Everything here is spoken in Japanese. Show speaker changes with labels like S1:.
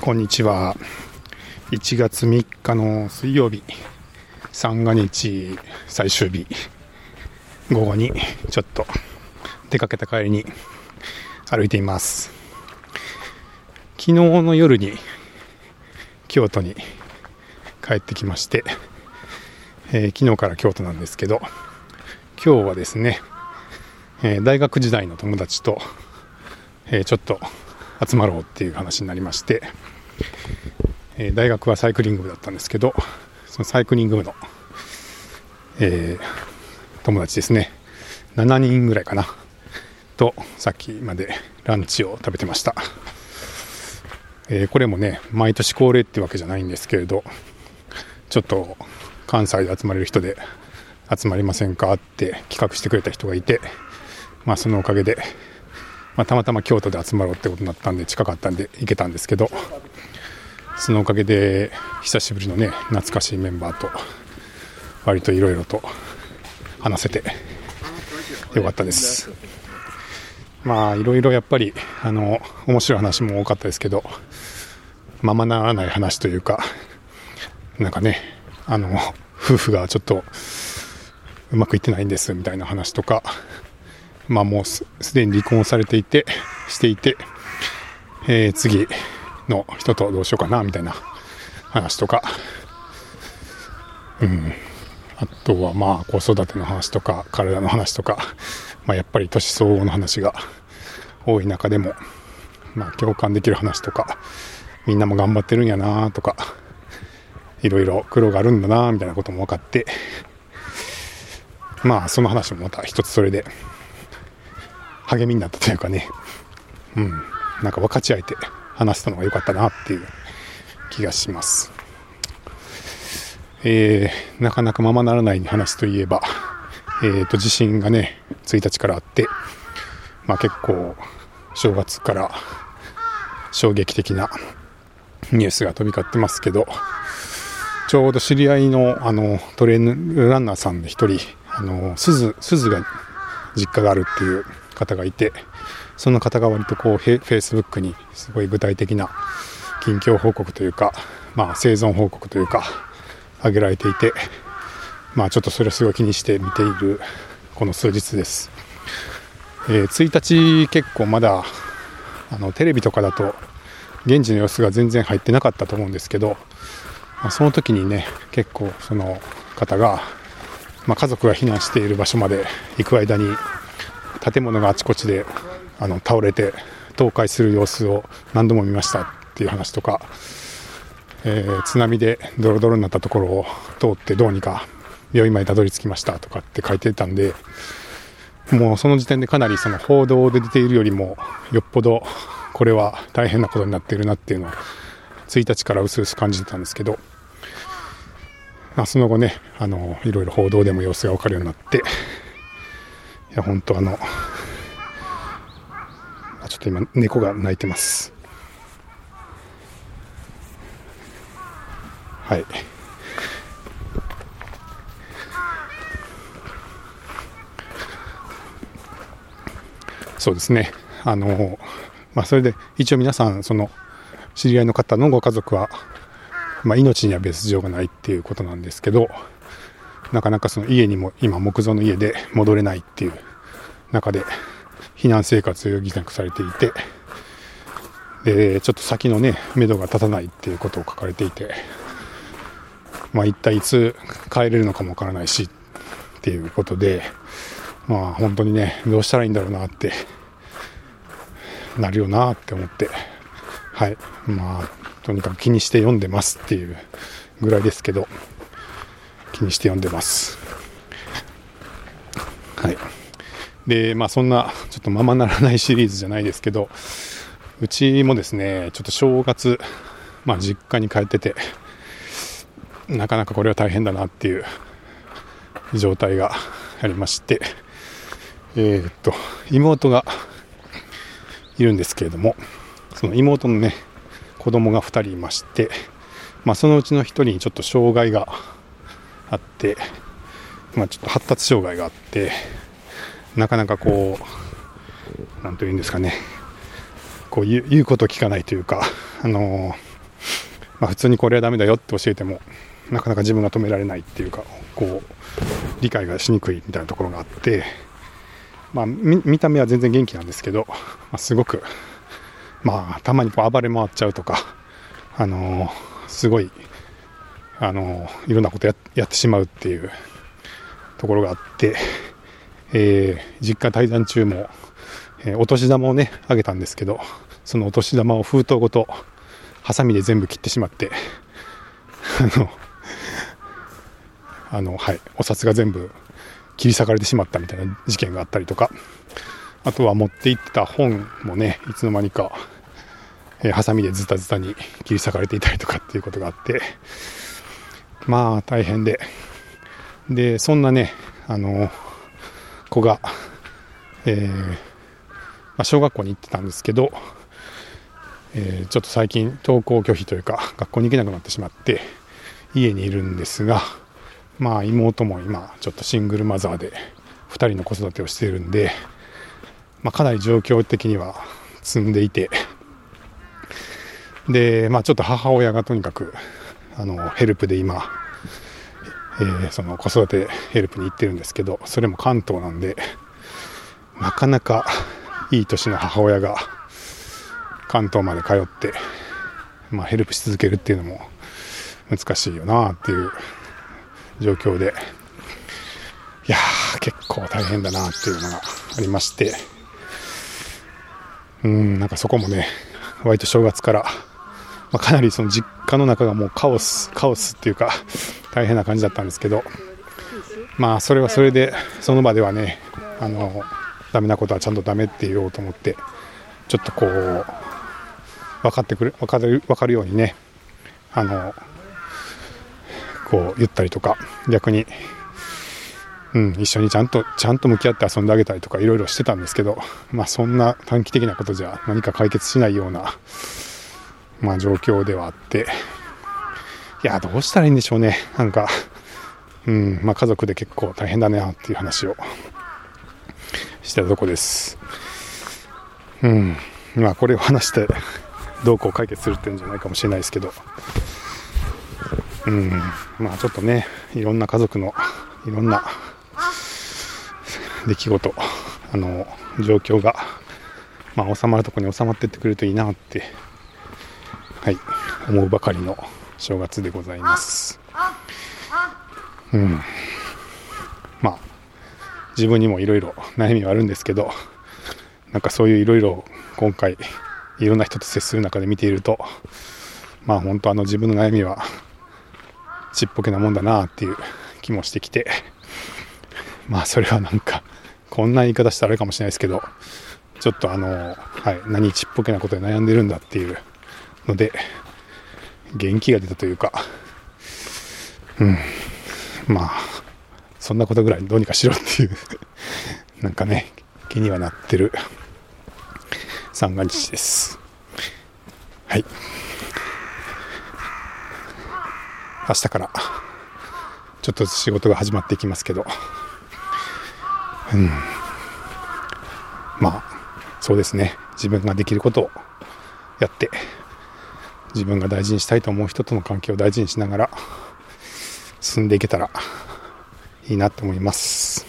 S1: こんにちは。1月3日の水曜日、三が日最終日、午後にちょっと出かけた帰りに歩いています。昨日の夜に京都に帰ってきまして、昨日から京都なんですけど、今日はですね、大学時代の友達と、ちょっと集まろうっていう話になりまして、大学はサイクリング部だったんですけど、そのサイクリング部の、友達ですね、7人ぐらいかなとさっきまでランチを食べてました。これもね、毎年恒例ってわけじゃないんですけれど、ちょっと関西で集まれる人で集まりませんかって企画してくれた人がいて、そのおかげで、たまたま京都で集まろうってことになったんで、近かったんで行けたんですけど、そのおかげで久しぶりのね、懐かしいメンバーと割といろいろと話せてよかったです。いろいろやっぱり面白い話も多かったですけど、ままならない話というか、なんかね、夫婦がちょっとうまくいってないんですみたいな話とか、もうすでに離婚されてしていて、次の人とどうしようかなみたいな話とか、あとは子育ての話とか体の話とか、やっぱり年相応の話が多い中でも、共感できる話とか、みんなも頑張ってるんやなとか、いろいろ苦労があるんだなみたいなことも分かって、その話もまた一つそれで励みになったというかね、なんか分かち合えて話したのが良かったなっていう気がします。なかなかままならない話といえば、地震がね1日からあって、結構正月から衝撃的なニュースが飛び交ってますけど、ちょうど知り合いのトレイルランナーさんで一人鈴が実家があるっていう方がいて、その方が割とフェイスブックにすごい具体的な近況報告というか、生存報告というか挙げられていて、ちょっとそれをすごい気にして見ているこの数日です。1日結構まだテレビとかだと現地の様子が全然入ってなかったと思うんですけど、その時にね、結構その方が、家族が避難している場所まで行く間に建物があちこちで倒れて倒壊する様子を何度も見ましたっていう話とか、津波でドロドロになったところを通ってどうにか病院までたどり着きましたとかって書いてたんで、もうその時点でかなりその報道で出ているよりもよっぽどこれは大変なことになっているなっていうのを1日からうすうす感じてたんですけど、その後ね、いろいろ報道でも様子が分かるようになって、いや本当ちょっと今猫が鳴いてます。はい。そうですね。それで一応皆さん、その知り合いの方のご家族は、命には別状がないっていうことなんですけど、なかなかその家にも今木造の家で戻れないっていう中で避難生活を余儀なくされていて、でちょっと先のね目処が立たないっていうことを書かれていて、一体いつ帰れるのかもわからないしっていうことで、本当にねどうしたらいいんだろうなってなるよなって思って、はい、とにかく気にして読んでますっていうぐらいですけど、気にして読んでます。はい。でそんなちょっとままならないシリーズじゃないですけど、うちもですねちょっと正月、実家に帰ってて、なかなかこれは大変だなっていう状態がありまして、妹がいるんですけれども、その妹のね子供が2人いまして、そのうちの1人にちょっと障害があって、ちょっと発達障害があって、なかなかなんというんですかね、言うこと聞かないというか、 普通にこれはダメだよって教えてもなかなか自分が止められないっていうか、こう理解がしにくいみたいなところがあって、見た目は全然元気なんですけど、すごくたまにこう暴れ回っちゃうとか、すごいいろんなことやってしまうっていうところがあって、実家滞在中も、お年玉をねあげたんですけど、そのお年玉を封筒ごとハサミで全部切ってしまってお札が全部切り裂かれてしまったみたいな事件があったりとか、あとは持って行ってた本もね、いつの間にか、ハサミでズタズタに切り裂かれていたりとかっていうことがあって、大変で、そんなね子が、小学校に行ってたんですけど、ちょっと最近登校拒否というか学校に行けなくなってしまって家にいるんですが、妹も今ちょっとシングルマザーで2人の子育てをしているんで、かなり状況的には積んでいて、でちょっと母親がとにかくヘルプで今、その子育てヘルプに行ってるんですけど、それも関東なんでなかなかいい年の母親が関東まで通って、ヘルプし続けるっていうのも難しいよなっていう状況で、いやー結構大変だなっていうのがありまして、なんかそこもね割と正月から、かなりその実家の中がもうカオスっていうか大変な感じだったんですけど、それはそれでその場ではねダメなことはちゃんとダメって言おうと思って、ちょっとこう分かるようにねこう言ったりとか、逆に、一緒にちゃんと向き合って遊んであげたりとかいろいろしてたんですけど、そんな短期的なことじゃ何か解決しないような、状況ではあって、いやどうしたらいいんでしょうね。なんか、家族で結構大変だねっていう話をしてたとこです。これを話してどうこう解決するっていうんじゃないかもしれないですけど、ちょっとねいろんな家族のいろんな出来事状況が収まるところに収まっていってくれるといいなって思うばかりの正月でございます。自分にもいろいろ悩みはあるんですけど、なんかそういういろいろ今回いろんな人と接する中で見ていると、本当自分の悩みはちっぽけなもんだなっていう気もしてきて、それはなんかこんな言い方したらあれかもしれないですけど、ちょっと何ちっぽけなことで悩んでるんだっていうので元気が出たというか、そんなことぐらいどうにかしろっていうなんかね気にはなってる三が日です。明日からちょっと仕事が始まっていきますけど、そうですね、自分ができることをやって自分が大事にしたいと思う人との関係を大事にしながら進んでいけたらいいなと思います。